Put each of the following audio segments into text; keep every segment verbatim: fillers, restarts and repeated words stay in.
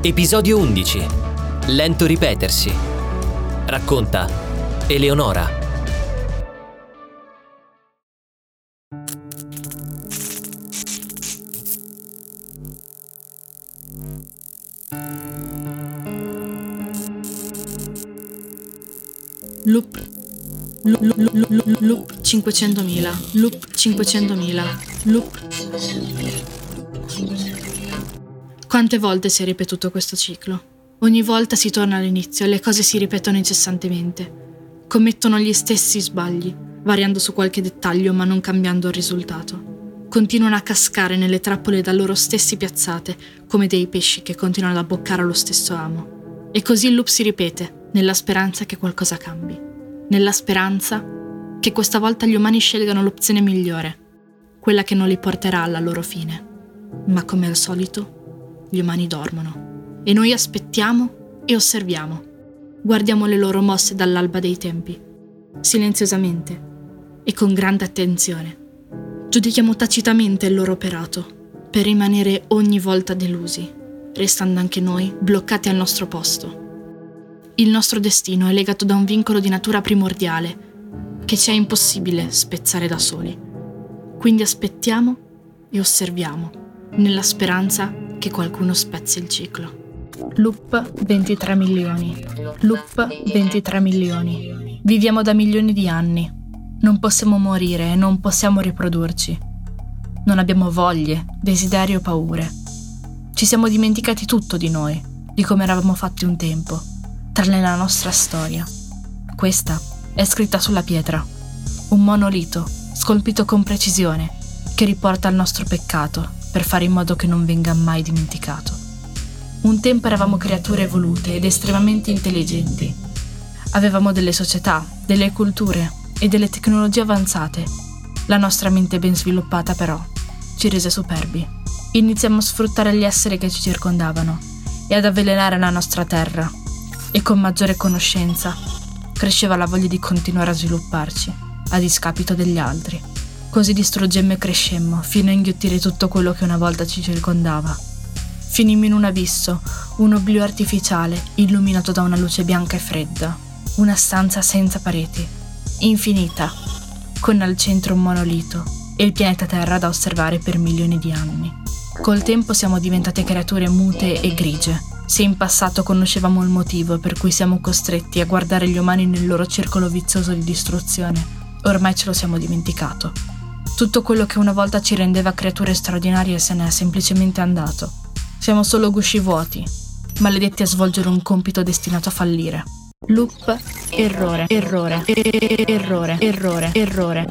Episodio undici. Lento ripetersi. Racconta Eleonora. Loop, loop, loop, loop, loop cinquecentomila, loop cinquecentomila, loop. Quante volte si è ripetuto questo ciclo? Ogni volta si torna all'inizio e le cose si ripetono incessantemente. Commettono gli stessi sbagli, variando su qualche dettaglio ma non cambiando il risultato. Continuano a cascare nelle trappole da loro stessi piazzate, come dei pesci che continuano ad abboccare allo stesso amo. E così il loop si ripete, nella speranza che qualcosa cambi. Nella speranza che questa volta gli umani scelgano l'opzione migliore, quella che non li porterà alla loro fine. Ma come al solito, gli umani dormono e noi aspettiamo e osserviamo. Guardiamo le loro mosse dall'alba dei tempi, silenziosamente e con grande attenzione. Giudichiamo tacitamente il loro operato, per rimanere ogni volta delusi, restando anche noi bloccati al nostro posto. Il nostro destino è legato da un vincolo di natura primordiale che ci è impossibile spezzare da soli. Quindi aspettiamo e osserviamo, nella speranza che qualcuno spezzi il ciclo. Loop ventitré milioni. Loop ventitré milioni. Viviamo da milioni di anni. Non possiamo morire e non possiamo riprodurci. Non abbiamo voglie, desideri o paure. Ci siamo dimenticati tutto di noi, di come eravamo fatti un tempo, tranne la nostra storia. Questa è scritta sulla pietra. Un monolito, scolpito con precisione, che riporta al nostro peccato, per fare in modo che non venga mai dimenticato. Un tempo eravamo creature evolute ed estremamente intelligenti. Avevamo delle società, delle culture e delle tecnologie avanzate. La nostra mente ben sviluppata, però, ci rese superbi. Iniziamo a sfruttare gli esseri che ci circondavano e ad avvelenare la nostra terra. E con maggiore conoscenza cresceva la voglia di continuare a svilupparci, a discapito degli altri. Così distruggemmo e crescemmo, fino a inghiottire tutto quello che una volta ci circondava. Finimmo in un abisso, un oblio artificiale, illuminato da una luce bianca e fredda. Una stanza senza pareti, infinita, con al centro un monolito e il pianeta Terra da osservare per milioni di anni. Col tempo siamo diventate creature mute e grigie. Se in passato conoscevamo il motivo per cui siamo costretti a guardare gli umani nel loro circolo vizioso di distruzione, ormai ce lo siamo dimenticato. Tutto quello che una volta ci rendeva creature straordinarie se n'è semplicemente andato. Siamo solo gusci vuoti, maledetti a svolgere un compito destinato a fallire. Loop, errore, errore, errore, errore, errore.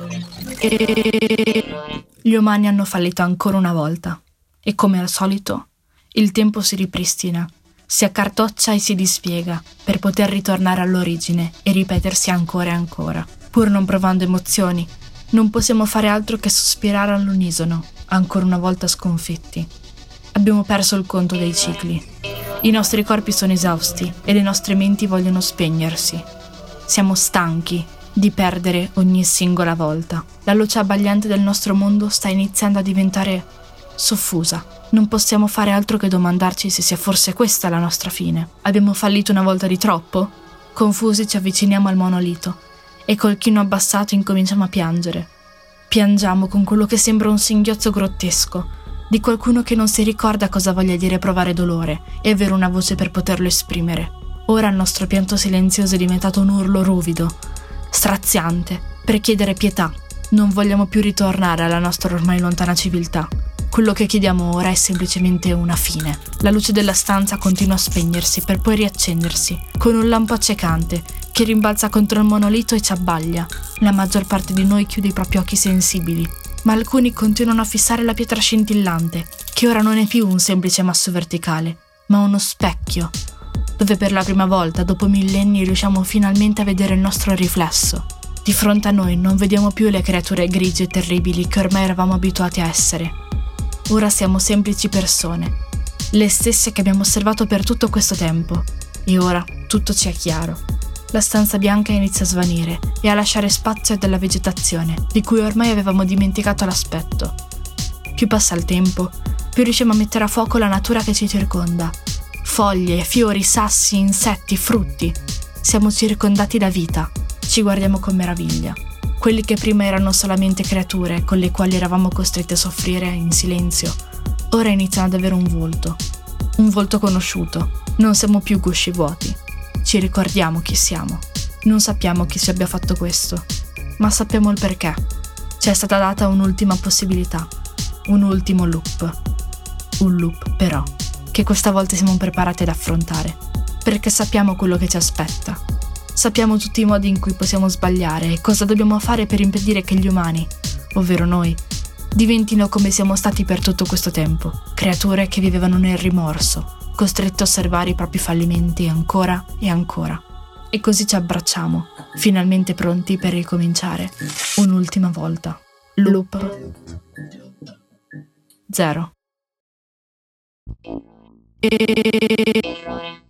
Gli umani hanno fallito ancora una volta. E come al solito, il tempo si ripristina, si accartoccia e si dispiega per poter ritornare all'origine e ripetersi ancora e ancora. Pur non provando emozioni, non possiamo fare altro che sospirare all'unisono, ancora una volta sconfitti. Abbiamo perso il conto dei cicli. I nostri corpi sono esausti e le nostre menti vogliono spegnersi. Siamo stanchi di perdere ogni singola volta. La luce abbagliante del nostro mondo sta iniziando a diventare soffusa. Non possiamo fare altro che domandarci se sia forse questa la nostra fine. Abbiamo fallito una volta di troppo? Confusi ci avviciniamo al monolito e col chino abbassato incominciamo a piangere. Piangiamo con quello che sembra un singhiozzo grottesco, di qualcuno che non si ricorda cosa voglia dire provare dolore e avere una voce per poterlo esprimere. Ora il nostro pianto silenzioso è diventato un urlo ruvido, straziante, per chiedere pietà. Non vogliamo più ritornare alla nostra ormai lontana civiltà. Quello che chiediamo ora è semplicemente una fine. La luce della stanza continua a spegnersi per poi riaccendersi, con un lampo accecante che rimbalza contro il monolito e ci abbaglia. La maggior parte di noi chiude i propri occhi sensibili, ma alcuni continuano a fissare la pietra scintillante, che ora non è più un semplice masso verticale, ma uno specchio, dove per la prima volta dopo millenni riusciamo finalmente a vedere il nostro riflesso. Di fronte a noi non vediamo più le creature grigie e terribili che ormai eravamo abituati a essere. Ora siamo semplici persone, le stesse che abbiamo osservato per tutto questo tempo, e ora tutto ci è chiaro. La stanza bianca inizia a svanire e a lasciare spazio a della vegetazione, di cui ormai avevamo dimenticato l'aspetto. Più passa il tempo, più riusciamo a mettere a fuoco la natura che ci circonda. Foglie, fiori, sassi, insetti, frutti. Siamo circondati da vita. Ci guardiamo con meraviglia. Quelli che prima erano solamente creature con le quali eravamo costretti a soffrire in silenzio, ora iniziano ad avere un volto. Un volto conosciuto. Non siamo più gusci vuoti. Ci ricordiamo chi siamo. Non sappiamo chi ci abbia fatto questo, ma sappiamo il perché. Ci è stata data un'ultima possibilità. Un ultimo loop. Un loop, però, che questa volta siamo preparati ad affrontare, perché sappiamo quello che ci aspetta. Sappiamo tutti i modi in cui possiamo sbagliare e cosa dobbiamo fare per impedire che gli umani, ovvero noi, diventino come siamo stati per tutto questo tempo, creature che vivevano nel rimorso, costretti a osservare i propri fallimenti ancora e ancora. E così ci abbracciamo, finalmente pronti per ricominciare, un'ultima volta. Loop zero. E...